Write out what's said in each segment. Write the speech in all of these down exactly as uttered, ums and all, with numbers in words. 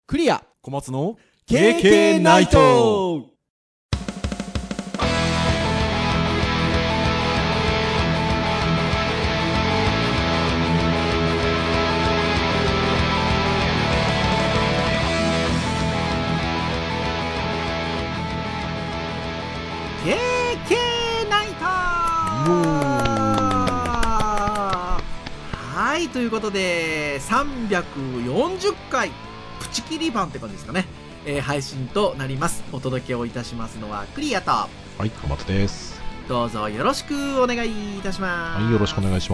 クリア小松のケーケー ナイト。ケーケー ナイト。はい、ということでさんびゃくよんじゅっかいプチキリ版って感じですかね、えー、配信となります。お届けをいたしますのはクリアと、 はい、小松です。 どうぞよろしくお願いいたします。 はい、よろしくお願いします。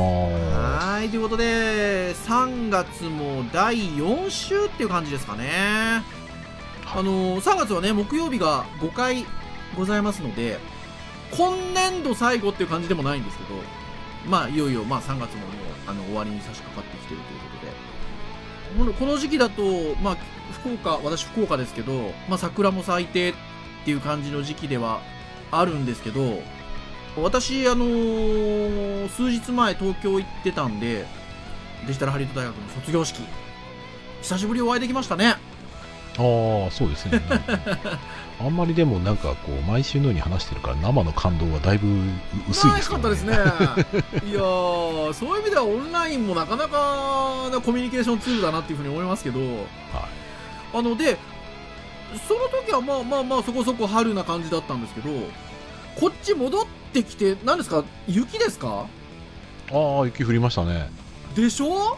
はい、ということでさんがつもだいよん週っていう感じですかね。あのー、さんがつはね木曜日がごかいございますので、今年度最後っていう感じでもないんですけど、まあいよいよまあさんがつももうあの終わりに差し掛かってきてるということで、この時期だとまあ福岡、私福岡ですけど、まあ桜も咲いてっていう感じの時期ではあるんですけど、私あのー、数日前東京行ってたんで、デジタルハリウッド大学の卒業式久しぶりお会いできましたね。 ああ、そうですね。あんまりでもなんかこう毎週のように話してるから生の感動はだいぶ薄いですからね。 ないかったですね。いやー、そういう意味ではオンラインもなかなかなコミュニケーションツールだなっていうふうに思いますけど、はい、あのでその時はまあまあまあそこそこ春な感じだったんですけど、こっち戻ってきて何ですか、雪ですか？ ああ、雪降りましたね。 でしょ？ はい。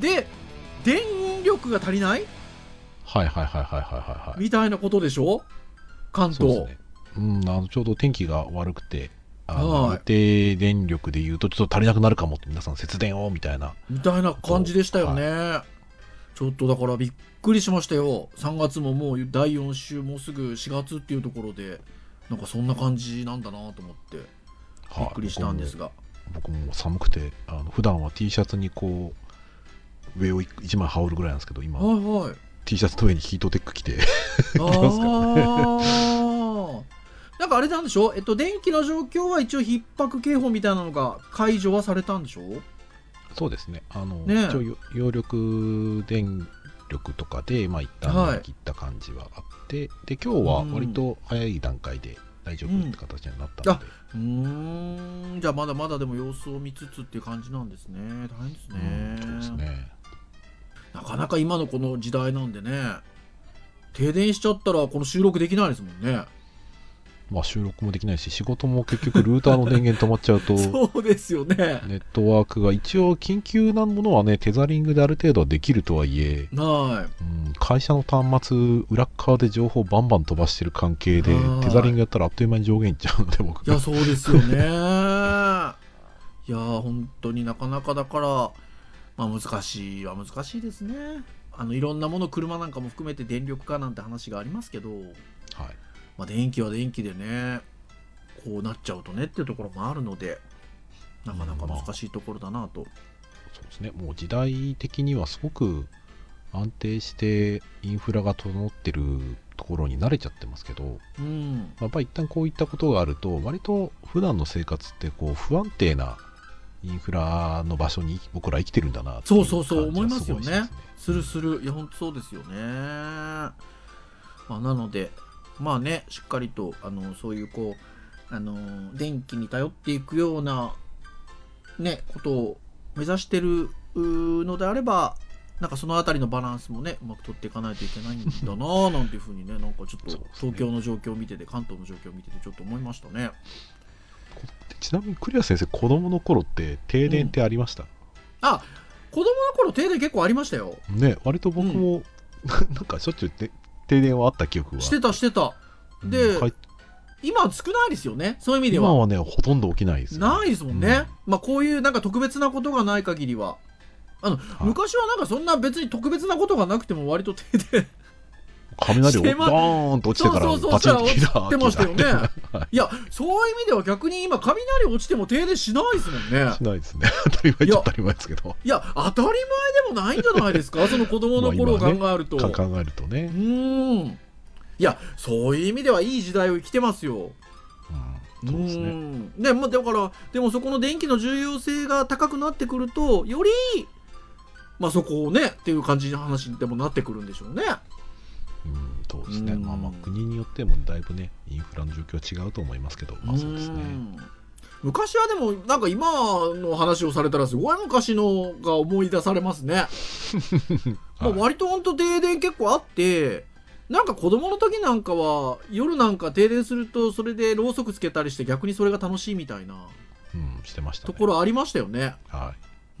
で電力が足りない？ はいはいはいはいはいはい、 みたいなことでしょ、関東。そうですね。 うん、あのちょうど天気が悪くて、あの予定電力でいうとちょっと足りなくなるかもって、皆さん節電をみたいなみたいな感じでしたよね、はい、ちょっとだからびっくりしましたよ。さんがつももうだいよん週、もうすぐしがつっていうところで、なんかそんな感じなんだなと思ってびっくりしたんですが、はい、 僕 も, 僕も寒くて、あの普段は T シャツにこう上をいちまい羽織るぐらいなんですけど、今、はいはい、T シャツの上にヒートテック着て着ますからね。 なんかあれなんでしょ、えっと、電気の状況は一応逼迫警報みたいなのが解除はされたんでしょ？ そうですね、あの、ね、一応揚力電力とかで、まあ、一旦切った感じはあって、はい、で今日は割と早い段階で大丈夫って形になったので、 うん、うーん、じゃあまだまだでも様子を見つつっていう感じなんですね。大変ですね。 そうですね。 なかなか今のこの時代なんでね、停電しちゃったらこの収録できないですもんね。 まあ収録もできないし、仕事も結局ルーターの電源止まっちゃうとそうですよね。 ネットワークが一応緊急なものはね、テザリングである程度はできるとはいえ、はい、うん、会社の端末裏側で情報バンバン飛ばしてる関係でテザリングやったらあっという間に上限いっちゃうので、僕いやそうですよね。いや本当になかなかだから、まあ、難しいは難しいですね。あのいろんなもの、車なんかも含めて電力化なんて話がありますけど、はい、まあ、電気は電気でね、こうなっちゃうとねっていうところもあるので、なかなか難しいところだなと、うん、まあ、そうですね。もう時代的にはすごく安定してインフラが整ってるところに慣れちゃってますけど、うん、やっぱり一旦こういったことがあると、割と普段の生活ってこう不安定なインフラの場所に僕ら生きてるんだなっていう感じがすごいしますね。そうそうそう思いますよね。 するする、いや本当そうですよね。まあ、なのでまあね、しっかりとあのそういうこうあの電気に頼っていくようなねことを目指してるのであれば、なんかそのあたりのバランスもねうまく取っていかないといけないんだななんていうふうにね、なんかちょっと東京の状況を見てて、関東の状況を見ててちょっと思いましたね。 ちなみにクリア先生、子供の頃って停電ってありました？うん、 あ、子供の頃停電結構ありましたよね。割と僕も、うん、なんかしょっちゅう停電はあった記憶はしてたしてた。で、うん、今は少ないですよね、そういう意味では。 今はねほとんど起きないですよね。 ないですもんね、うん、まあこういうなんか特別なことがない限りは、あの、はい、昔はなんかそんな別に特別なことがなくても割と停電雷をドーンと落ちてからパチンと切らってましたよね。はい、いやそういう意味では逆に今雷落ちても停電しないですもんね。 しないですね。当たり前っちゃ当たり前ですけど、 いや当たり前でもないんじゃないですかその子供の頃を考えると、 まあね、考えるとね、 うーん、いやそういう意味ではいい時代を生きてますよ。 うん、そうですね。うん、 でもだからでもそこの電気の重要性が高くなってくると、よりまあそこをねっていう感じの話でもなってくるんでしょうね。 うん、そうですね。まあまあ国によってもだいぶねインフラの状況は違うと思いますけど、まあそうですね。 昔はでもなんか今の話をされたらすごい昔のが思い出されますね。はい、まあ割と本当停電結構あって、なんか子供の時なんかは夜なんか停電するとそれでろうそくつけたりして逆にそれが楽しいみたいな、 うん、してましたね、 ところありましたよね。 はい、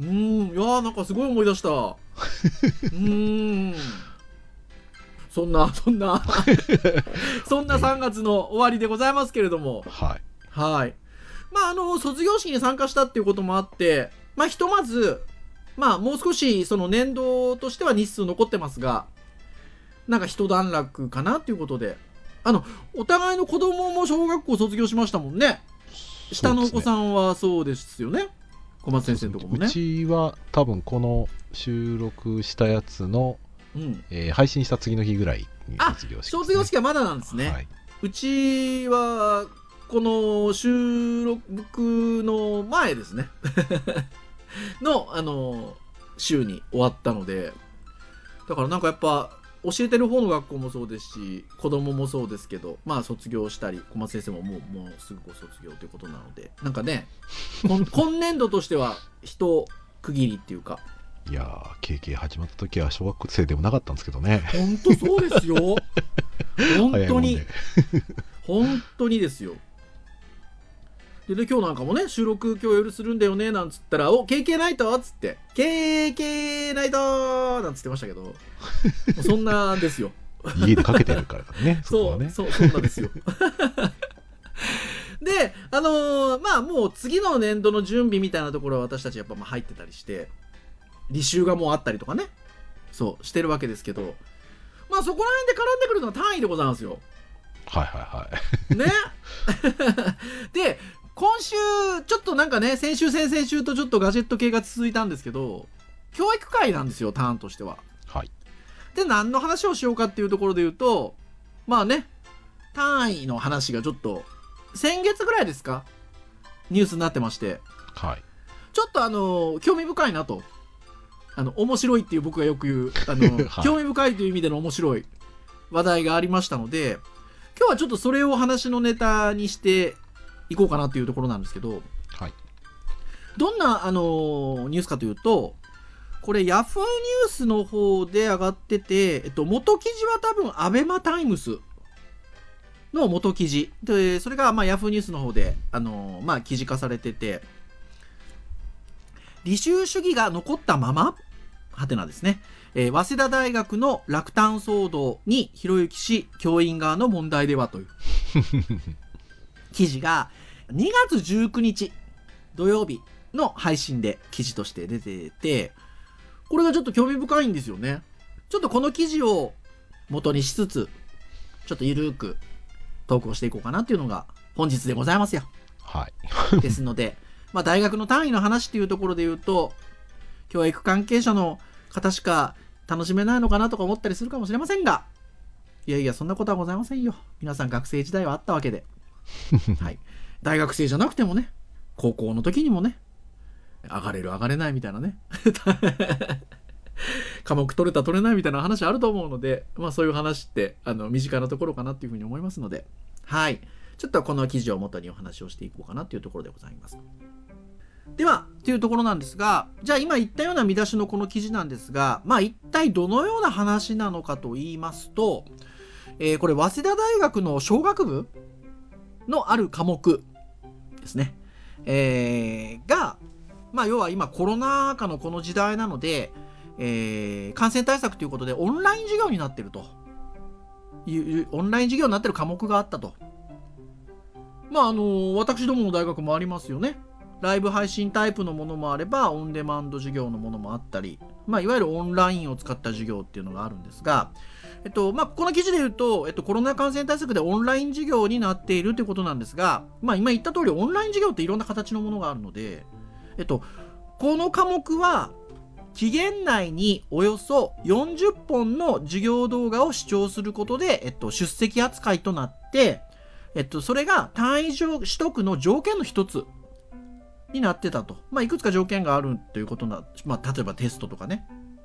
うーん、いやーなんかすごい思い出した。うーん、そんなそんなそんなさんがつの終わりでございますけれども、 はいはい。まああの卒業式に参加したっていうこともあって、まあひとまずまあもう少しその年度としては日数残ってますが、なんか一段落かなっていうことで、あのお互いの子供も小学校卒業しましたもんね。下のお子さんはそうですよね。小松先生のとこもね。 うちは多分この収録したやつの、うんえー、配信した次の日ぐらいに卒業式、ね、 あ、卒業式はまだなんですね。はい、うちはこの収録の前ですねのあの週に終わったので、だからなんかやっぱ教えてる方の学校もそうですし子供もそうですけど、まあ卒業したり小松先生ももう、もうすぐご卒業ということなので、なんかね今年度としては一区切りっていうか、 いやー ケーケー 始まった時は小学生でもなかったんですけどね。 本当そうですよ本当に本当にですよ。で, で今日なんかもね収録今日夜するんだよねなんつったら、お ケーケー ナイトっつって ケーケー ナイトなんつってましたけどそんなんですよ家でかけてるからねそう、ね、そうそうなんですよであのー、まあもう次の年度の準備みたいなところは私たちやっぱまあ入ってたりして、履修がもうあったりとかね、そうしてるわけですけど、まあそこら辺で絡んでくるのは単位でございますよ。 はいはいはいねで今週ちょっとなんかね、先週先々週とちょっとガジェット系が続いたんですけど、教育会なんですよ、ターンとしては。 はい。 で何の話をしようかっていうところで言うと、まあね単位の話がちょっと先月ぐらいですかニュースになってまして、 はい、 ちょっとあの興味深いなと、あの面白いっていう僕がよく言うあの、はい、興味深いという意味での面白い話題がありましたので、今日はちょっとそれを話のネタにしていこうかなっていうところなんですけど、 はい、 どんなあのニュースかというと、これヤフーニュースの方で上がってて、えっと、元記事は多分アベマタイムスの元記事で、それがまあヤフーニュースの方であの、まあ、記事化されてて、履修主義が残ったままはてなですね、えー、早稲田大学の落胆騒動にひろゆき氏教員側の問題ではという記事がにがつじゅうくにち土曜日の配信で記事として出てて、これがちょっと興味深いんですよね。ちょっとこの記事を元にしつつ、ちょっとゆるーく投稿していこうかなっていうのが本日でございますよ。 はい。 ですので、まあ大学の単位の話っていうところで言うと、教育関係者の方しか楽しめないのかなとか思ったりするかもしれませんが、いやいやそんなことはございませんよ。皆さん学生時代はあったわけで、はい、大学生じゃなくてもね、高校の時にもね、上がれる上がれないみたいなね科目取れた取れないみたいな話あると思うので、まあそういう話ってあの身近なところかなっていうふうに思いますので、はい、ちょっとこの記事を元にお話をしていこうかなっていうところでございます。ではっていうところなんですが、じゃあ今言ったような見出しのこの記事なんですが、まあ一体どのような話なのかと言いますと、えー、これ早稲田大学の商学部のある科目ですね、えー、がまあ要は今コロナ禍のこの時代なので、えー、感染対策ということでオンライン授業になっているというオンライン授業になっている科目があったと。まああの私どもの大学もありますよね。ライブ配信タイプのものもあればオンデマンド授業のものもあったり、まあ、いわゆるオンラインを使った授業っていうのがあるんですが、えっとまあ、この記事で言うと、えっと、コロナ感染対策でオンライン授業になっているということなんですが、まあ、今言った通りオンライン授業っていろんな形のものがあるので、えっと、この科目は期限内におよそよんじゅっぽんの授業動画を視聴することで、えっと、出席扱いとなって、えっと、それが単位取得の条件の一つになってたと。まあ、いくつか条件があるということな、まあ、例えばテストとかね、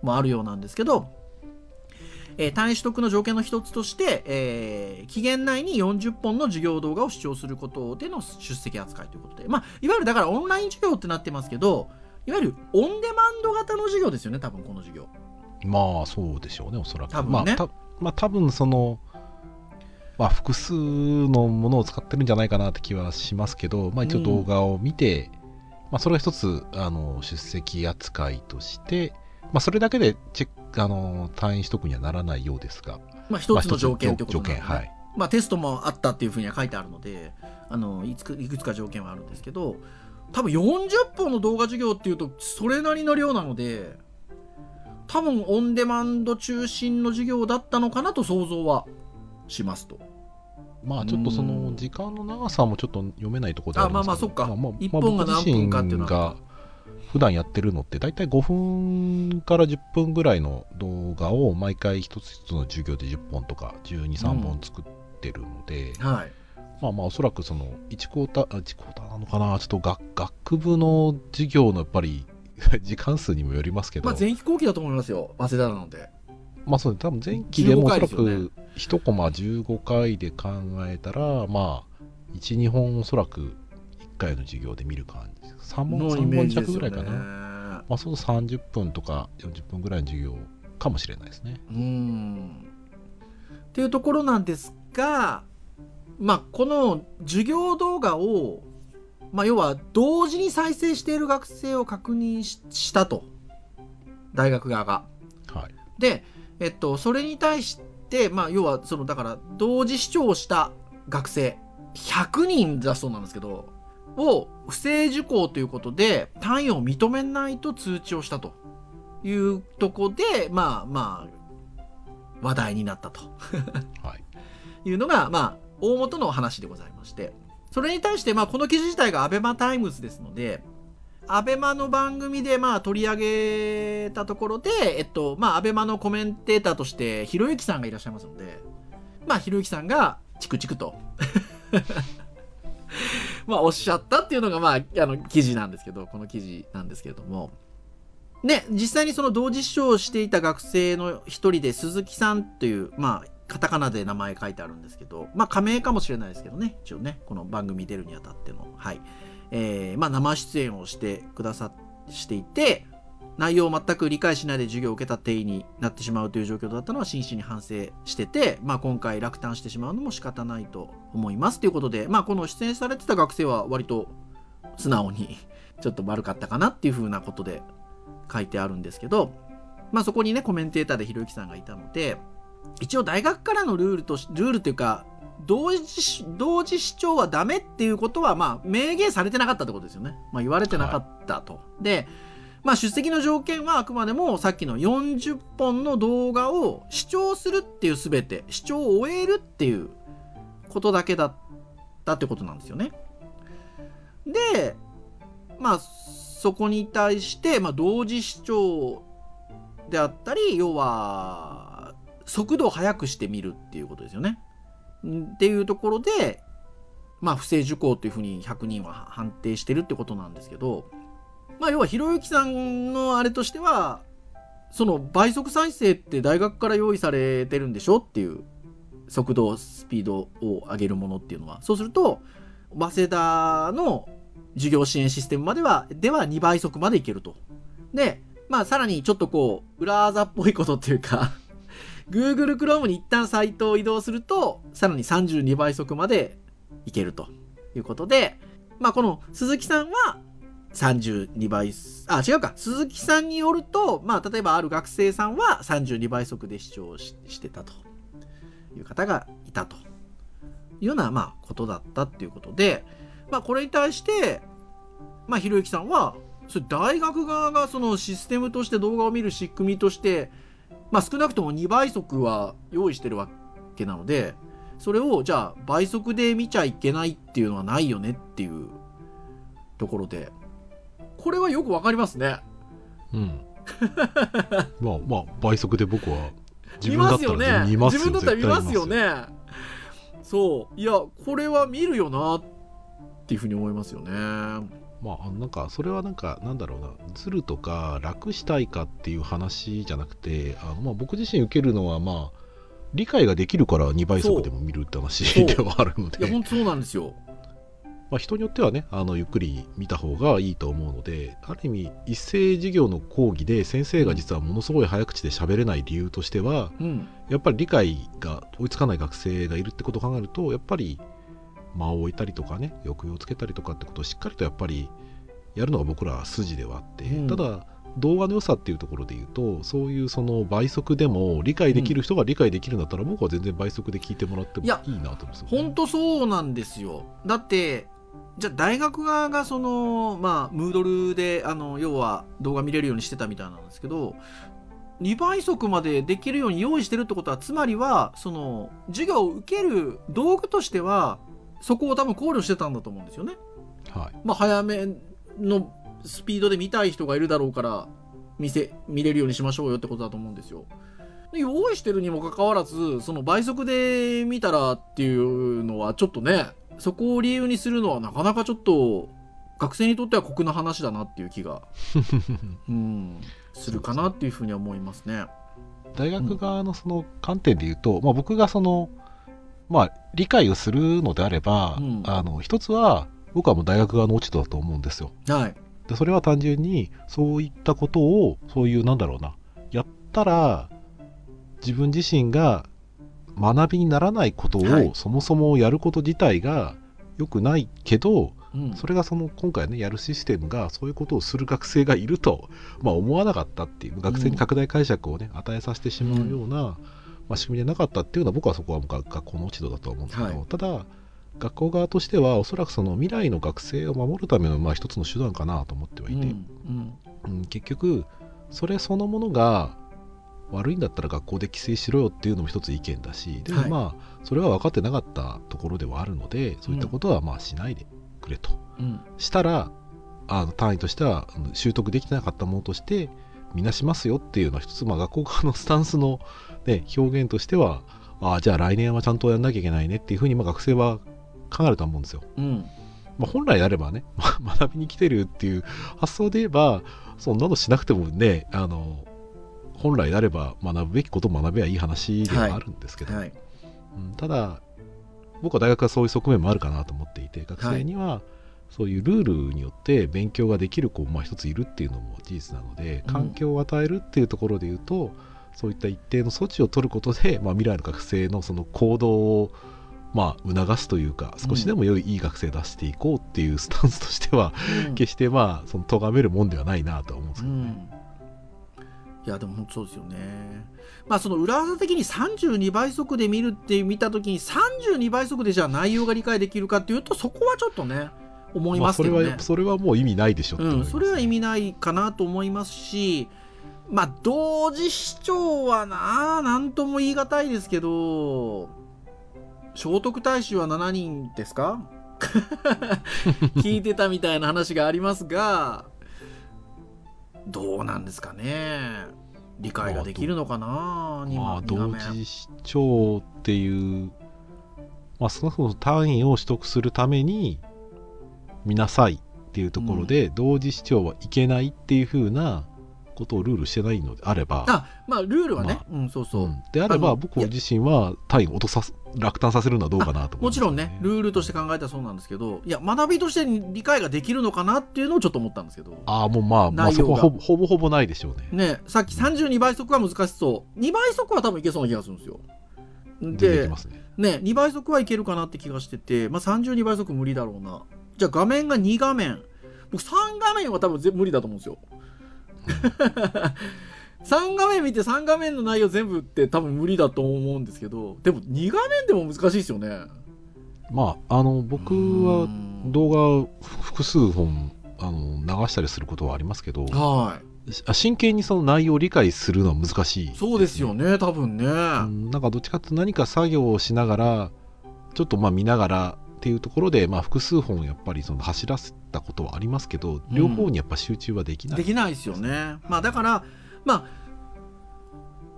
もあるようなんですけど、えー、単位取得の条件の一つとして、えー、期限内によんじゅっぽんの授業動画を視聴することでの出席扱いということで、まあ、いわゆるだからオンライン授業ってなってますけど、いわゆるオンデマンド型の授業ですよね、多分この授業。 まあそうでしょうね、おそらく。 多分ね。 まあ、たまあ、多分その、まあ、複数のものを使ってるんじゃないかなって気はしますけど、まあ、一応動画を見て、うん、まあ、それが一つあの出席扱いとして、まあ、それだけでチェックあの単位取得にはならないようですが、 まあ、一つの条件ということなんですね。 はい。 まあ、テストもあったっていうふうには書いてあるので、あのいくいくつか条件はあるんですけど、多分よんじゅっぽんの動画授業っていうとそれなりの量なので、多分オンデマンド中心の授業だったのかなと想像はしますと。 まあちょっとその時間の長さもちょっと読めないところでありますけど、 あまあまあそっか、まあ、いっぽんが何分かっていうのは普段やってるのって大体ごふんからじゅっぷんぐらいの動画を毎回一つ一つの授業でじゅっぽんとかじゅうに、さんぼん作ってるので、 うん、はい、 まあまあおそらくそのいちクォーター、いちクォーターなのかな、ちょっと 学, 学部の授業のやっぱり時間数にもよりますけど、 まあ前期後期だと思いますよ、早稲田なので。まあそうです、多分前期でもおそらくいちコマじゅうごかいで考えたら、まあいち、にほんおそらくいっかいの授業で見る感じです。さんぼん、さんぼん弱ぐらいかな。まあそうさんじゅっぷんとかよんじゅっぷんぐらいの授業かもしれないですね。 うーんっていうところなんですが、まあこの授業動画を、まあ、要は同時に再生している学生を確認 し, したと大学側が。 はい、 で、えっと、それに対して、まあ、要はそのだから同時視聴した学生ひゃくにんだそうなんですけどを不正受講ということで単位を認めないと通知をしたというところで、まあまあ話題になったと、はい、いうのが、まあ、大元の話でございまして、それに対して、まあ、この記事自体がアベマタイムズですので、アベマの番組でまあ取り上げたところで、えっと、まあ、アベマのコメンテーターとして、ひろゆきさんがいらっしゃいますので、まあ、ひろゆきさんが、チクチクと、まあ、おっしゃったっていうのが、まあ、あの、記事なんですけど、この記事なんですけれども、で、実際にその同時視聴していた学生の一人で、鈴木さんという、まあ、カタカナで名前書いてあるんですけど、まあ、仮名かもしれないですけどね、一応ね、この番組出るにあたっての、はい。えーまあ、生出演をしてくださしていて、内容を全く理解しないで授業を受けた定員になってしまうという状況だったのは真摯に反省してて、まあ、今回落胆してしまうのも仕方ないと思いますということで、まあ、この出演されてた学生は割と素直にちょっと悪かったかなっていう風なことで書いてあるんですけど、まあ、そこにねコメンテーターでひろゆきさんがいたので、一応大学からのルールとしルールというか同時同時視聴はダメっていうことは、まあ、明言されてなかったってことですよね。まあ、言われてなかったと。はい、で、まあ、出席の条件はあくまでもさっきのよんじゅっぽんの動画を視聴するっていうすべて、視聴を終えるっていうことだけだったってことなんですよね。で、まあ、そこに対して、まあ、同時視聴であったり、要は、速度を速くしてみるっていうことですよね。っていうところで、まあ、不正受講というふうにひゃくにんは判定してるってことなんですけど、まあ、要はひろゆきさんのあれとしては、その倍速再生って大学から用意されてるんでしょっていう、速度スピードを上げるものっていうのは、そうすると早稲田の授業支援システムまではではにばい速までいけると。で、まあ、さらにちょっとこう裏技っぽいことっていうかGoogle Chrome に一旦サイトを移動するとさらにさんじゅうにばい速までいけるということで、まあ、この鈴木さんはさんじゅうにばい、あ、違うか、鈴木さんによると、まあ、例えばある学生さんはさんじゅうにばい速で視聴 し, してたという方がいたというような、まあ、ことだったっていうことで、まあ、これに対して、まあ、ひろゆきさんはそれ大学側がそのシステムとして動画を見る仕組みとしてまあ、少なくともにばい速は用意してるわけなので、それをじゃあ倍速で見ちゃいけないっていうのはないよねっていうところで、これはよくわかりますね。 うん。まあまあ倍速で僕は自分だったら見ますよね。自分だったら見ますよね。そういやこれは見るよなっていうふうに思いますよね。 まあ、なんかそれはなんかなんだろうな、ずるとか楽したいかっていう話じゃなくて、あのまあ僕自身受けるのはまあ理解ができるからにばい速でも見るって話ではあるので、 いや本当そうなんですよ。 まあ、人によってはね、あのゆっくり見た方がいいと思うので、ある意味一斉授業の講義で先生が実はものすごい早口で喋れない理由としては、うん、やっぱり理解が追いつかない学生がいるってことを考えると、やっぱり間を置いたりとかね、抑揚をつけたりとかってことをしっかりとやっぱりやるのが僕らは筋ではあって、うん、ただ動画の良さっていうところで言うと、そういうその倍速でも理解できる人が理解できるんだったら、うん、僕は全然倍速で聞いてもらってもいいなと思うんですよ、ね。 本当そうなんですよ。だってじゃあ大学側がそのまあムードルであの要は動画見れるようにしてたみたいなんですけど、にばい速までできるように用意してるってことは、つまりはその授業を受ける道具としてはそこを多分考慮してたんだと思うんですよね。 はい。 まあ早めのスピードで見たい人がいるだろうから見せ見れるようにしましょうよってことだと思うんですよ。で用意してるにもかかわらず、その倍速で見たらっていうのはちょっとね、そこを理由にするのはなかなかちょっと学生にとっては酷な話だなっていう気が、うん、するかなっていうふうには思いますね。 大学側のその観点で言うと、うん、まあ、僕がその、まあ、理解をするのであれば、うん、あの一つは僕はもう大学側の落ち度だと思うんですよ。 はい、 でそれは単純にそういったことを、そういうなんだろうな、やったら自分自身が学びにならないことをそもそもやること自体が良くないけど、うん、それがその今回ねやるシステムがそういうことをする学生がいると、まあ、思わなかったっていう、学生に拡大解釈をね与えさせてしまうような、うんまあ、仕組みでなかったっていうのは、僕はそこは学校の落ち度だと思うんですけど、はい、ただ学校側としてはおそらくその未来の学生を守るためのまあ一つの手段かなと思ってはいて、うんうんうん、結局それそのものが悪いんだったら学校で規制しろよっていうのも一つ意見だし、でもまあ、はい、それは分かってなかったところではあるので、そういったことはまあしないでくれと、うん、したらあの単位としては習得できてなかったものとしてみなしますよっていうのは一つ、まあ、学校側のスタンスの、ね、表現としては、あじゃあ来年はちゃんとやんなきゃいけないねっていうふうにまあ学生は考えると思うんですよ、うんまあ、本来であればね学びに来てるっていう発想で言えばそんなのしなくてもね、あの本来であれば学ぶべきことを学べばいい話ではあるんですけど、はいはいうん、ただ僕は大学はそういう側面もあるかなと思っていて、学生にはそういうルールによって勉強ができる子もまあ一ついるっていうのも事実なので、環境を与えるっていうところでいうと、うん、そういった一定の措置を取ることで、まあ、未来の学生のその行動をまあ促すというか、少しでも良い、うん、いい学生出していこうっていうスタンスとしては、うん、決してまあその咎めるもんではないなと思うんですけどね、うんいやでも本当そうですよね。まあその裏技的にさんじゅうにばい速で見るって見たときにさんじゅうにばい速でじゃあ内容が理解できるかっていうと、そこはちょっとね思いますけどね、 まあ、それはそれはもう意味ないでしょって思います、 うん、それは意味ないかなと思いますし、まあ同時視聴はななんとも言い難いですけど、聖徳太子はしちにんですか聞いてたみたいな話がありますが、どうなんですかね、理解ができるのかな、まあ、 まあ、同時視聴っていう、まあ、そもそも単位を取得するために見なさいっていうところで、うん、同時視聴はいけないっていう風なことをルールしてないのであれば、 あ、まあルールはね、まあ、うんそうそう、うん、 であれば僕自身は単位を落とさす落胆させるのはどうかなと思います、ね、 もちろんねルールとして考えたらそうなんですけど、いや学びとして理解ができるのかなっていうのをちょっと思ったんですけど、 ああもうまあ、まあ、そこはほぼほぼほぼないでしょうね。 ね、さっきさんじゅうにばい速は難しそう、にばい速は多分いけそうな気がするんですよ。 でできますね。 ね、にばい速はいけるかなって気がしてて、まあ、さんじゅうにばい速無理だろうな。じゃあ画面がに画面、僕さん画面は多分全部無理だと思うんですよ、うん、さん画面見てさん画面の内容全部って多分無理だと思うんですけど、でもに画面でも難しいですよね。 まああの僕は動画を複数本あの流したりすることはありますけど、はい、真剣にその内容を理解するのは難しいですね。 そうですよね多分ね、うん、 なんかどっちかというと何か作業をしながらちょっとまあ見ながらっていうところで、まあ、複数本やっぱりその走らせたことはありますけど、両方にやっぱ集中はできない、 うん、できないですよね。まあだからまあ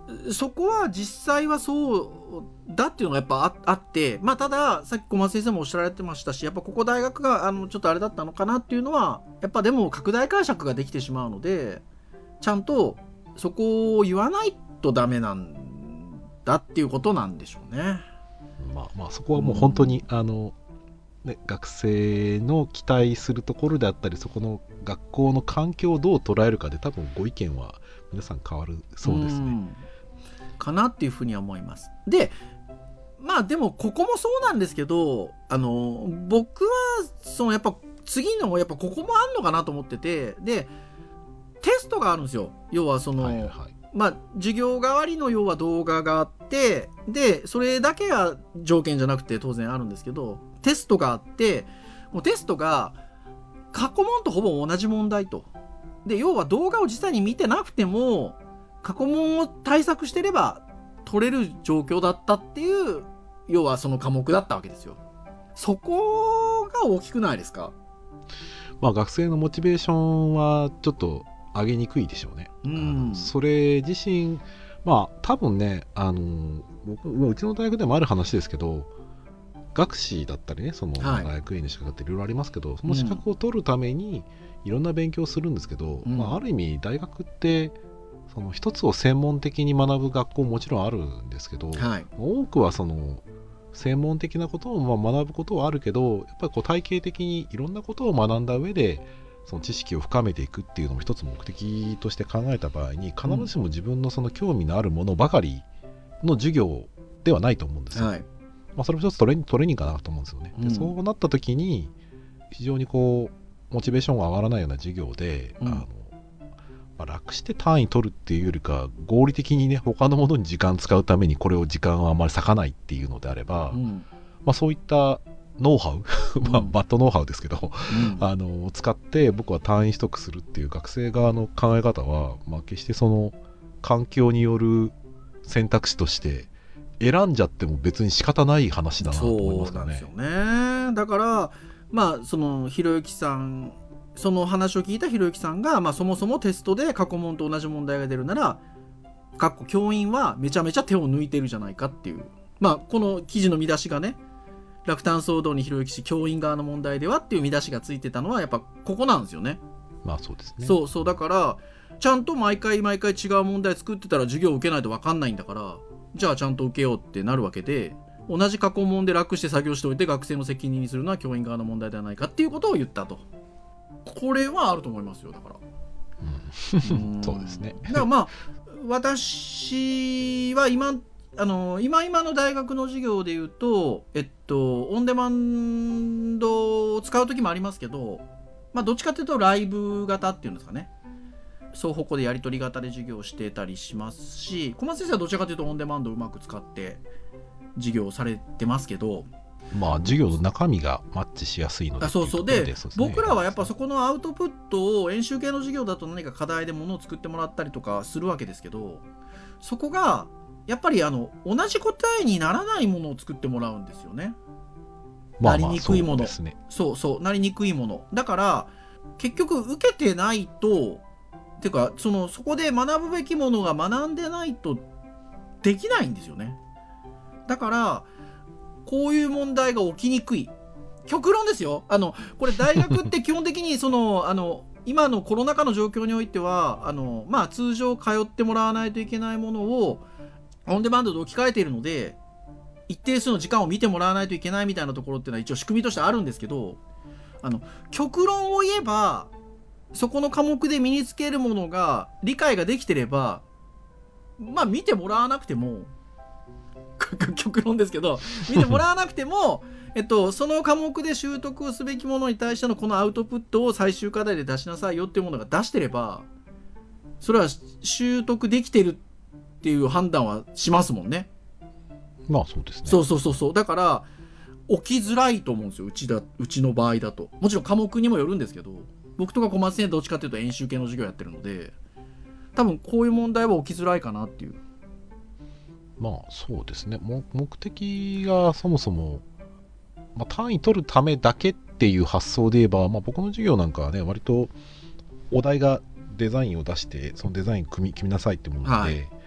そこは実際はそうだっていうのがやっぱ あ, あって、まあ、たださっき小松先生もおっしゃられてましたし、やっぱここ大学があのちょっとあれだったのかなっていうのはやっぱでも拡大解釈ができてしまうので、ちゃんとそこを言わないとダメなんだっていうことなんでしょうね。 まあまあそこはもう本当に、うん、あのね、学生の期待するところであったり、そこの学校の環境をどう捉えるかで多分ご意見は皆さん変わるそうですね。うんかなっていうふうには思います。で、まあでもここもそうなんですけど、あの僕はそのやっぱ次のやっぱここもあんのかなと思ってて、でテストがあるんですよ。要はその、はいはい、まあ授業代わりの要は動画があって、でそれだけが条件じゃなくて当然あるんですけど、テストがあって、もうテストが過去問とほぼ同じ問題と。で要は動画を実際に見てなくても過去問を対策してれば取れる状況だったっていう、要はその科目だったわけですよ。そこが大きくないですか？ まあ学生のモチベーションはちょっと上げにくいでしょうね。うん、あのそれ自身、まあ多分ね、あの僕うちの大学でもある話ですけど、学士だったりね、その大学院の資格だっていろいろありますけど、はい、その資格を取るためにいろんな勉強をするんですけど、うん、まあ、ある意味大学ってその一つを専門的に学ぶ学校ももちろんあるんですけど、はい、多くはその専門的なことをまあ学ぶことはあるけど、やっぱりこう体系的にいろんなことを学んだ上でその知識を深めていくっていうのも一つ目的として考えた場合に、必ずしも自分のその興味のあるものばかりの授業ではないと思うんですよ。はい、まあ、それも一つトレーニング、トレーニングかなと思うんですよね。で、そうなった時に非常にこうモチベーションが上がらないような授業で、うん、あのまあ、楽して単位取るっていうよりか合理的にね他のものに時間使うためにこれを時間はあんまり割かないっていうのであれば、うん、まあ、そういったノウハウ、まあ、バッドノウハウですけど、うん、あの使って僕は単位取得するっていう学生側の考え方は、まあ、決してその環境による選択肢として選んじゃっても別に仕方ない話だなと思いますからね。 そうなんですよね。だからまあそのひろゆきさん、その話を聞いたひろゆきさんが、まあ、そもそもテストで過去問と同じ問題が出るならかっこ教員はめちゃめちゃ手を抜いてるじゃないかっていう、まあ、この記事の見出しがね、落胆騒動にひろゆき氏教員側の問題ではっていう見出しがついてたのはやっぱここなんですよね。 まあそうですね。 そうそう、だからちゃんと毎回毎回違う問題作ってたら授業を受けないと分かんないんだから、じゃあちゃんと受けようってなるわけで、同じ過去問で楽して作業しておいて学生の責任にするのは教員側の問題ではないかっていうことを言ったと。これはあると思いますよ。だから、 うん、そうですね。 だからまあ私は今あの今今の大学の授業でいうと、えっとオンデマンドを使う時もありますけど、まあどっちかというとライブ型っていうんですかね、双方向でやり取り型で授業をしてたりしますし、小松先生はどちらかというとオンデマンドをうまく使って授業をされてますけど、 まあ授業の中身がマッチしやすいので、 あ、そうそうで、ね、僕らはやっぱそこのアウトプットを演習系の授業だと何か課題でものを作ってもらったりとかするわけですけど、そこがやっぱりあの同じ答えにならないものを作ってもらうんですよね。まあまあ、なりにくいもの、そうですね。そうそう、なりにくいものだから結局受けてないと、てかそのそこで学ぶべきものが学んでないとできないんですよね。だからこういう問題が起きにくい。極論ですよ。あのこれ大学って基本的にそのあの今のコロナ禍の状況においてはあの、まあ、通常通ってもらわないといけないものをオンデマンドで置き換えているので、一定数の時間を見てもらわないといけないみたいなところっていうのは一応仕組みとしてあるんですけど、あの極論を言えばそこの科目で身につけるものが理解ができてれば、まあ見てもらわなくても極論ですけど見てもらわなくてもえっと、その科目で習得をすべきものに対してのこのアウトプットを最終課題で出しなさいよっていうものが出してれば、それは習得できてるっていう判断はしますもんね。 まあそうですね。 そうそうそうそう。だから起きづらいと思うんですよ。うちだ、うちの場合だと。もちろん科目にもよるんですけど、僕とか小松先生どっちかっていうと演習系の授業やってるので、多分こういう問題は起きづらいかなっていう。 まあそうですね。も目的がそもそも、まあ、単位取るためだけっていう発想で言えば、まあ、僕の授業なんかはね割とお題がデザインを出してそのデザイン組み決めなさいってもので、はい、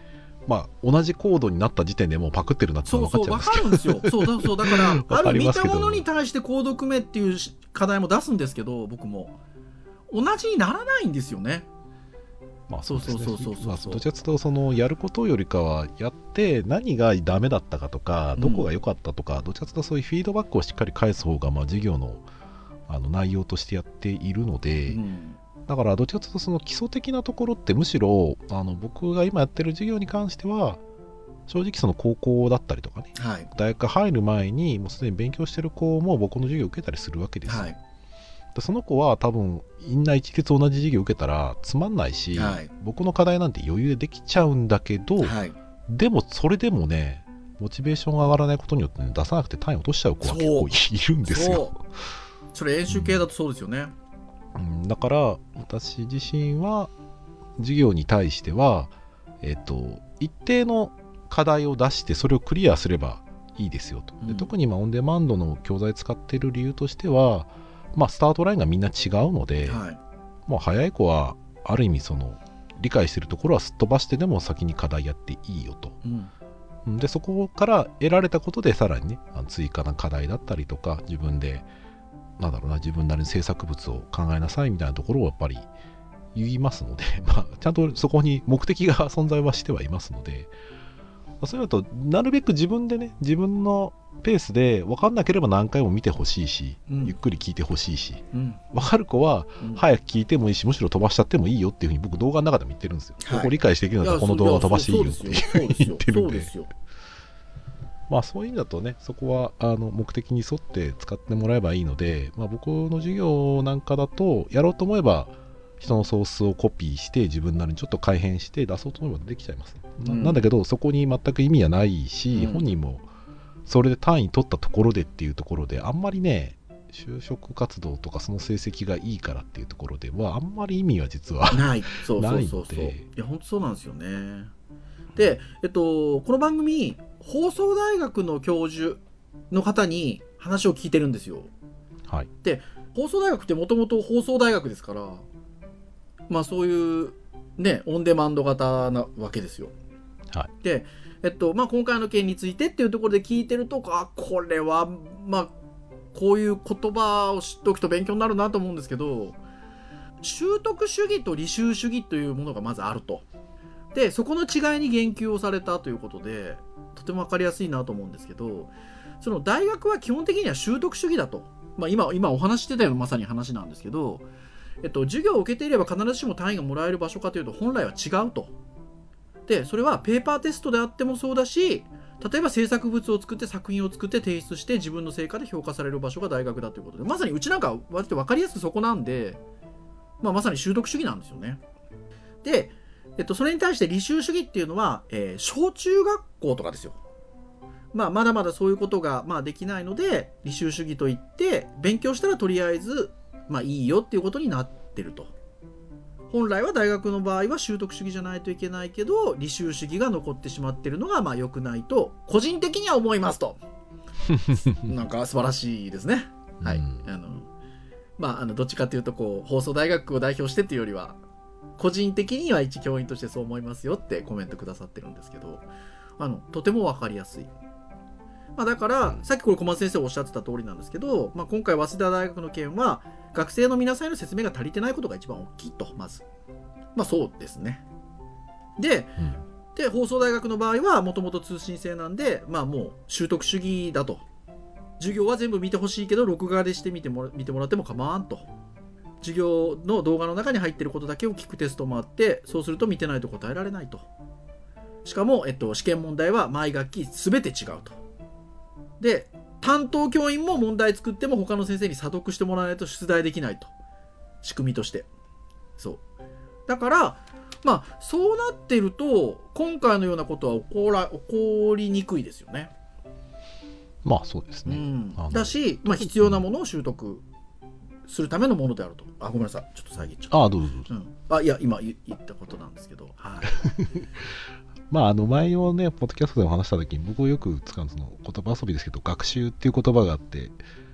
まあ、同じコードになった時点でもうパクってるなって分かっちゃうんですけど、 そうそう分かるんですよ。そうだそうだからある見たものに対してコード組めっていう課題も出すんですけど、僕も同じにならないんですよね。 まあそうですね。どちらかというとそのやることよりかはやって何がダメだったかとかどこが良かったとか、うん、どちらかというとそういうフィードバックをしっかり返す方がまあ授業のあの内容としてやっているので、うん、だからどちらかというとその基礎的なところってむしろあの僕が今やってる授業に関しては正直その高校だったりとかね、はい、大学入る前にもうすでに勉強してる子も僕の授業を受けたりするわけですよ、はい、でその子は多分みんな一律同じ授業を受けたらつまんないし、はい、僕の課題なんて余裕でできちゃうんだけど、はい、でもそれでもねモチベーションが上がらないことによって、ね、出さなくて単位落としちゃう子は結構いるんですよ。 そうそれ演習系だとそうですよね、 うん、だから私自身は授業に対しては、えーと、一定の課題を出してそれをクリアすればいいですよと。で、うん、特に今オンデマンドの教材使っている理由としては、まあ、スタートラインがみんな違うので、はい、もう早い子はある意味その理解しているところはすっ飛ばしてでも先に課題やっていいよと、うん、でそこから得られたことでさらにねあの追加な課題だったりとか自分でなんだろうな自分なりの制作物を考えなさいみたいなところをやっぱり言いますので、まあ、ちゃんとそこに目的が存在はしてはいますので、そういうのとなるべく自分でね自分のペースで分かんなければ何回も見てほしいし、うん、ゆっくり聞いてほしいし、うん、分かる子は早く聞いてもいいし、むしろ飛ばしちゃってもいいよっていうふうに僕動画の中でも言ってるんですよ、はい、ここ理解していけるんだったらこの動画飛ばしていいよっていうふうに言ってるんで、まあそういう意味だとねそこはあの目的に沿って使ってもらえばいいので、まあ、僕の授業なんかだとやろうと思えば人のソースをコピーして自分なりにちょっと改変して出そうと思えばできちゃいます、うん、な, なんだけどそこに全く意味はないし、うん、本人もそれで単位取ったところでっていうところであんまりね就職活動とかその成績がいいからっていうところではあんまり意味は実はないそうそうそうそういや本当そうなんですよね。で、えっと、この番組放送大学の教授の方に話を聞いてるんですよ、はい、で放送大学ってもともと放送大学ですからまあそういうねオンデマンド型なわけですよ、はい、でえっとまあ、今回の件についてっていうところで聞いてるとあこれはまあこういう言葉を知っておくと勉強になるなと思うんですけど習得主義と履修主義というものがまずあるとでそこの違いに言及をされたということでとても分かりやすいなと思うんですけどその大学は基本的には習得主義だと、まあ、今, 今お話してたようなまさに話なんですけど、えっと、授業を受けていれば必ずしも単位がもらえる場所かというと本来は違うと。でそれはペーパーテストであってもそうだし例えば制作物を作って作品を作って提出して自分の成果で評価される場所が大学だということでまさにうちなんか割と分かりやすくそこなんで、まあ、まさに習得主義なんですよね。で、えっと、それに対して履修主義っていうのは、えー、小中学校とかですよ、まあ、まだまだそういうことが、まあ、できないので履修主義といって勉強したらとりあえず、まあ、いいよっていうことになってると。本来は大学の場合は習得主義じゃないといけないけど履修主義が残ってしまっているのがまあ良くないと個人的には思いますとなんか素晴らしいですね、はい、あのまああのどっちかというとこう放送大学を代表してっていうよりは個人的には一教員としてそう思いますよってコメントくださってるんですけどあのとても分かりやすい、まあ、だからさっきこれ小松先生おっしゃってた通りなんですけど、まあ、今回早稲田大学の件は学生の皆さんへの説明が足りてないことが一番大きいとまずまあそうですね。で、うん、で放送大学の場合はもともと通信制なんでまあもう習得主義だと授業は全部見てほしいけど録画でして見てもら、見てもらっても構わんと授業の動画の中に入ってることだけを聞くテストもあってそうすると見てないと答えられないとしかも、えっと、試験問題は毎学期全て違うとで担当教員も問題作っても他の先生に査読してもらわないと出題できないと仕組みとしてそうだからまあそうなってると今回のようなことは起こら起こりにくいですよね。 まあそうですね、 うん、だし、まあ、必要なものを習得するためのものであると。あごめんなさいちょっと遮っちゃった。 あどうぞどうぞ、 うん、あいや今言ったことなんですけどはいまあ、あの前をねポッドキャストでも話した時に僕よく使うその言葉遊びですけど学習っていう言葉があって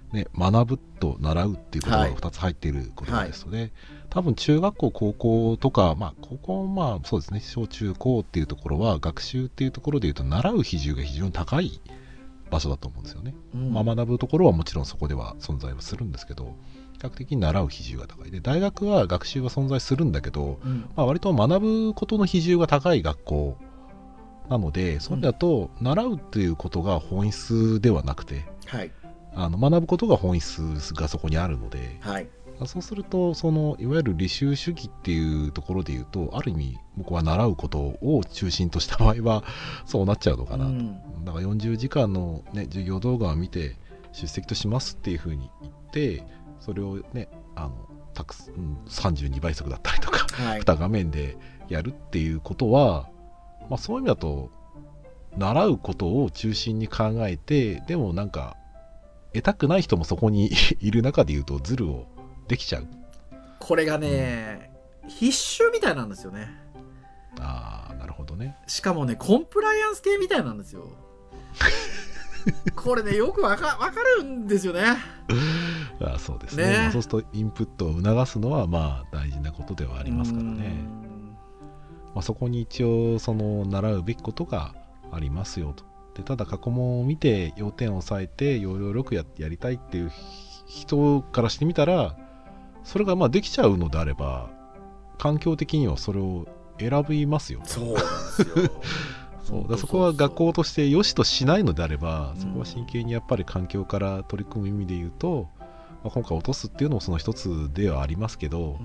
ね、学ぶと習うっていう言葉がふたつ入っている言葉ですので、はいはい、多分中学校高校とか、まあ、高校まあそうですね小中高っていうところは学習っていうところでいうと習う比重が非常に高い場所だと思うんですよね、うんまあ、学ぶところはもちろんそこでは存在はするんですけど、比較的に習う比重が高いで、大学は学習は存在するんだけど、うんまあ、割と学ぶことの比重が高い学校なので、それだと習うっていうことが本質ではなくて、 はい、 あの学ぶことが本質がそこにあるので、 はい、 そうするとそのいわゆる履修主義っていうところでいうと、ある意味僕は習うことを中心とした場合はそうなっちゃうのかなと、うん、だからよんじゅうじかんの、ね、授業動画を見て出席としますっていうふうに言って、それをねあのたく、うん、さんじゅうにばい速だったりとか、はい、に画面でやるっていうことは、まあ、そういう意味だと習うことを中心に考えて、でもなんか得たくない人もそこにいる中でいうとズルをできちゃう。 これがね、うん、必修みたいなんですよね。 ああ、なるほどね。 しかもねコンプライアンス系みたいなんですよこれねよくわか、わかるんですよねあ、そうですね、ねまあ、そうするとインプットを促すのはまあ大事なことではありますからね、まあ、そこに一応その習うべきことがありますよと。でただ過去問を見て要点を押さえて要領よく や, やりたいっていう人からしてみたら、それがまあできちゃうのであれば環境的にはそれを選びますよ。 そうなんですよそうだ、そこは学校として良しとしないのであれば、そこは真剣にやっぱり環境から取り組む意味で言うと、まあ、今回落とすっていうのもその一つではありますけど、うん、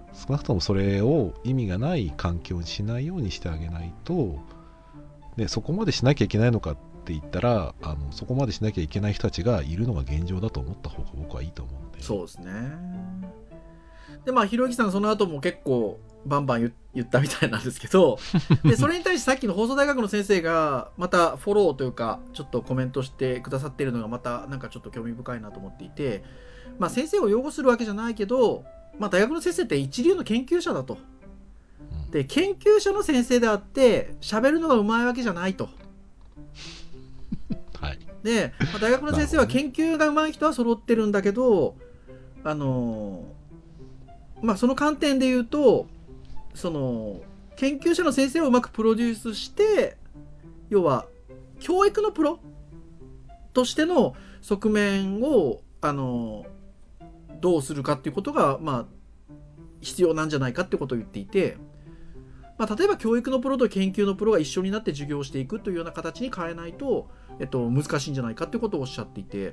少なくともそれを意味がない環境にしないようにしてあげないと、でそこまでしなきゃいけないのかって言ったら、あのそこまでしなきゃいけない人たちがいるのが現状だと思った方が僕はいいと思うんで。 そうですね。でまあひろゆきさんその後も結構バンバン 言, 言ったみたいなんですけどでそれに対してさっきの放送大学の先生がまたフォローというかちょっとコメントしてくださっているのがまたなんかちょっと興味深いなと思っていて、まあ、先生を擁護するわけじゃないけど、まあ、大学の先生って一流の研究者だと。で研究者の先生であって喋るのがうまいわけじゃないとはい、 で、まあ、大学の先生は研究がうまい人は揃ってるんだけど、あのまあその観点で言うとその研究者の先生をうまくプロデュースして、要は教育のプロとしての側面をあのどうするかっていうことがまあ必要なんじゃないかってことを言っていて、まあ、例えば教育のプロと研究のプロが一緒になって授業をしていくというような形に変えないと、えっと、難しいんじゃないかっていうことをおっしゃっていて、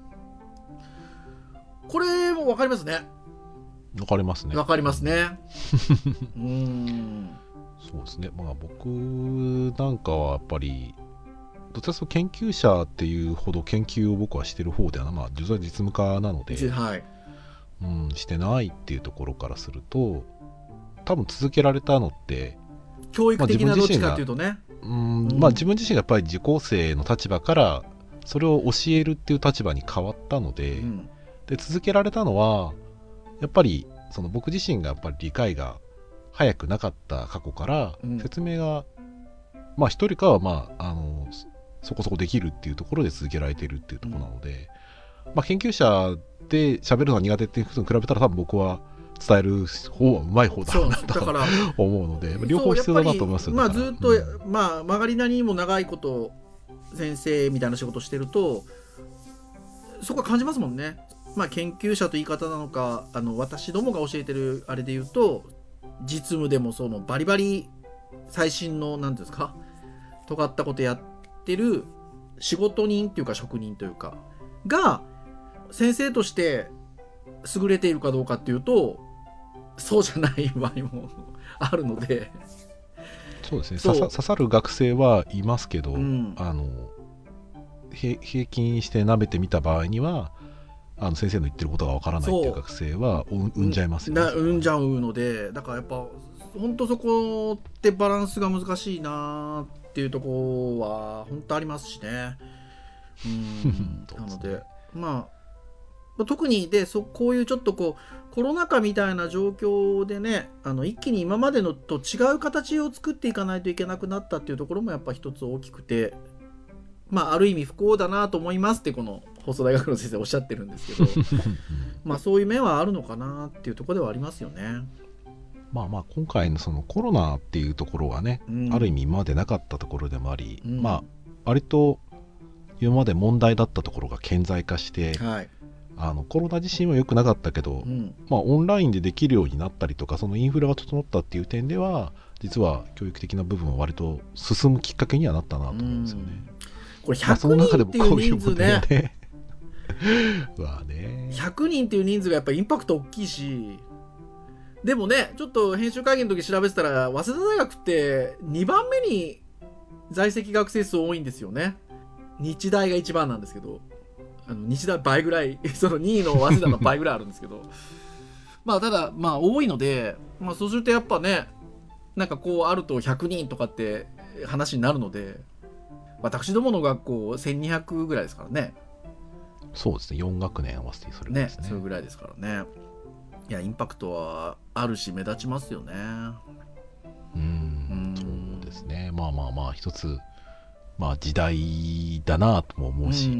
これも分かりますね。 分かりますね。 分かりますねうーんそうですね、まあ、僕なんかはやっぱりどちらかというと研究者っていうほど研究を僕はしてる方ではな、まあ、実は実務家なので、 はいうん、してないっていうところからすると多分続けられたのって教育的などっちかっていうとね、 まあ、うんまあ、自分自身がやっぱり受講生の立場からそれを教えるっていう立場に変わったので、うん、で続けられたのはやっぱりその僕自身がやっぱり理解が早くなかった過去から説明が、うん、まあ一人かはまああのそこそこできるっていうところで続けられているっていうところなので、うんまあ、研究者で喋るのが苦手っていう人に比べたら多分僕は伝える方はうまい方だろうなと思うので、両方必要だなと思いますよ。 まあ、ずっと、うん、まあ曲がりなりにも長いこと先生みたいな仕事してるとそこは感じますもんね。まあ、研究者と言い方なのか、あの私どもが教えてるあれで言うと実務でもそのバリバリ最新の何ですか尖ったことやってる仕事人っていうか職人というかが先生として優れているかどうかっていうとそうじゃない場合もあるので、 そうですね、刺さ、刺さる学生はいますけど、うん、あの平均して舐めてみた場合にはあの先生の言ってることがわからないっていう学生は産んじゃいますよね。 産んじゃうので、だからやっぱ本当そこってバランスが難しいなっていうところは本当ありますしね。うんなのでまあ特にでそこういうちょっとこうコロナ禍みたいな状況でね、あの一気に今までのと違う形を作っていかないといけなくなったっていうところもやっぱ一つ大きくて、まあある意味不幸だなと思いますってこの放送大学の先生おっしゃってるんですけどまあそういう面はあるのかなっていうところではありますよね。 まあまあ今回のそのコロナっていうところがね、うん、ある意味今までなかったところでもあり、うん、まあ割と今まで問題だったところが顕在化して、はい、あのコロナ自身は良くなかったけど、うん、まあオンラインでできるようになったりとか、そのインフラが整ったっていう点では実は教育的な部分は割と進むきっかけにはなったなと思うんですよね。 うん、これひゃくにんっていう人数ね、 まあね、 ひゃくにんっていう人数がやっぱりインパクト大きいし、でもね、ちょっと編集会議の時調べてたら早稲田大学ってにばんめに在籍学生数多いんですよね。日大がいちばんなんですけど、あの日大倍ぐらいそのにいの早稲田の倍ぐらいあるんですけどまあただまあ多いので、まあ、そうするとやっぱね、なんかこうあるとひゃくにんとかって話になるので、私どもの学校せんにひゃくぐらいですからね。 そうですね、よん学年合わせてそれぐらいですね。 ね、それぐらいですからね。いやインパクトはあるし目立ちますよね。 うーん、そうですね。まあまあまあ一つ、まあ時代だなとも思うし、うん、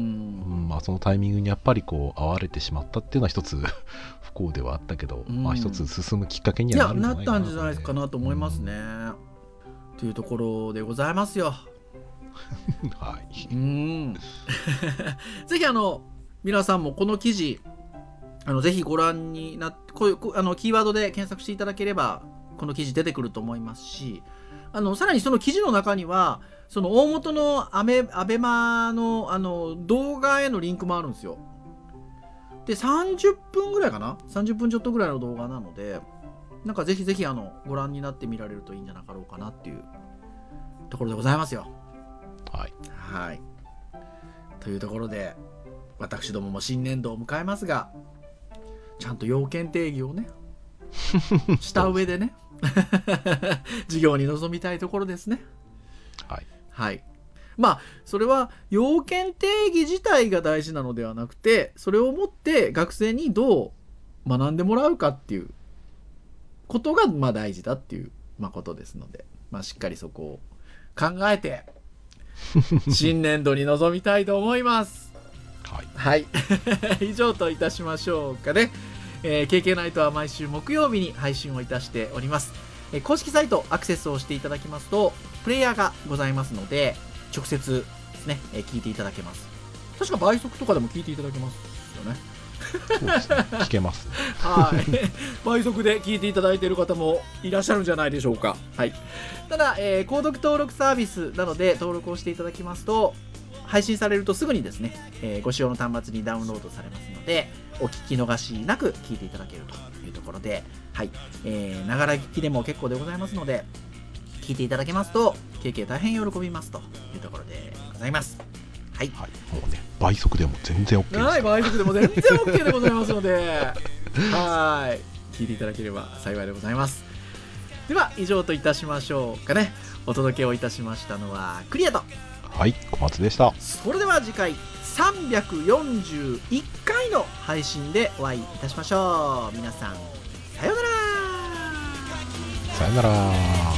まあそのタイミングにやっぱりこう合われてしまったっていうのは一つ不幸ではあったけど、まあ一つ進むきっかけにはなるんじゃないかな、 いやなったんじゃないかなと思いますね。というところでございますよ。 はい。 うんぜひあの皆さんもこの記事あのぜひご覧になってこういうあのキーワードで検索していただければこの記事出てくると思いますし、あのさらにその記事の中にはその大元のアメアベマ の, あの動画へのリンクもあるんですよ。でさんじゅっぷんぐらいかな、さんじゅっぷんちょっとぐらいの動画なので、なんかぜひぜひあのご覧になってみられるといいんじゃなかろうかなっていうところでございますよ。 はい、 はい、というところで私どもも新年度を迎えますが、ちゃんと要件定義をねした上でね授業に臨みたいところですね。 はい、 はい、まあそれは要件定義自体が大事なのではなくて、それをもって学生にどう学んでもらうかっていうことがまあ大事だっていう、まあ、ことですので、まあ、しっかりそこを考えて新年度に臨みたいと思います。 はい、 はい、以上といたしましょうかね。えー、ケーケー ナイトは毎週木曜日に配信をいたしております。えー、公式サイトアクセスをしていただきますとプレイヤーがございますので直接ですね、えー、聞いていただけます。確か倍速とかでも聞いていただけますよね。 そうですね、聞けます、ね、 はい倍速で聞いていただいている方もいらっしゃるんじゃないでしょうか。はい、ただ、えー、購読登録サービスなので登録をしていただきますと配信されるとすぐにですね、えー、ご使用の端末にダウンロードされますのでお聞き逃しなく聞いていただけるというところで、はい、えながら聞きでも結構でございますので聞いていただけますとケーケー大変喜びますというところでございます。はい、はい、 もうね倍速でも全然 OK です。 はい、倍速でも全然 OK でございますのではい聞いていただければ幸いでございます。では以上といたしましょうかね。お届けをいたしましたのはクリアと、 はい、小松でした。 それでは次回さんびゃくよんじゅういっかいの配信でお会いいたしましょう。皆さんさようなら。 さようなら。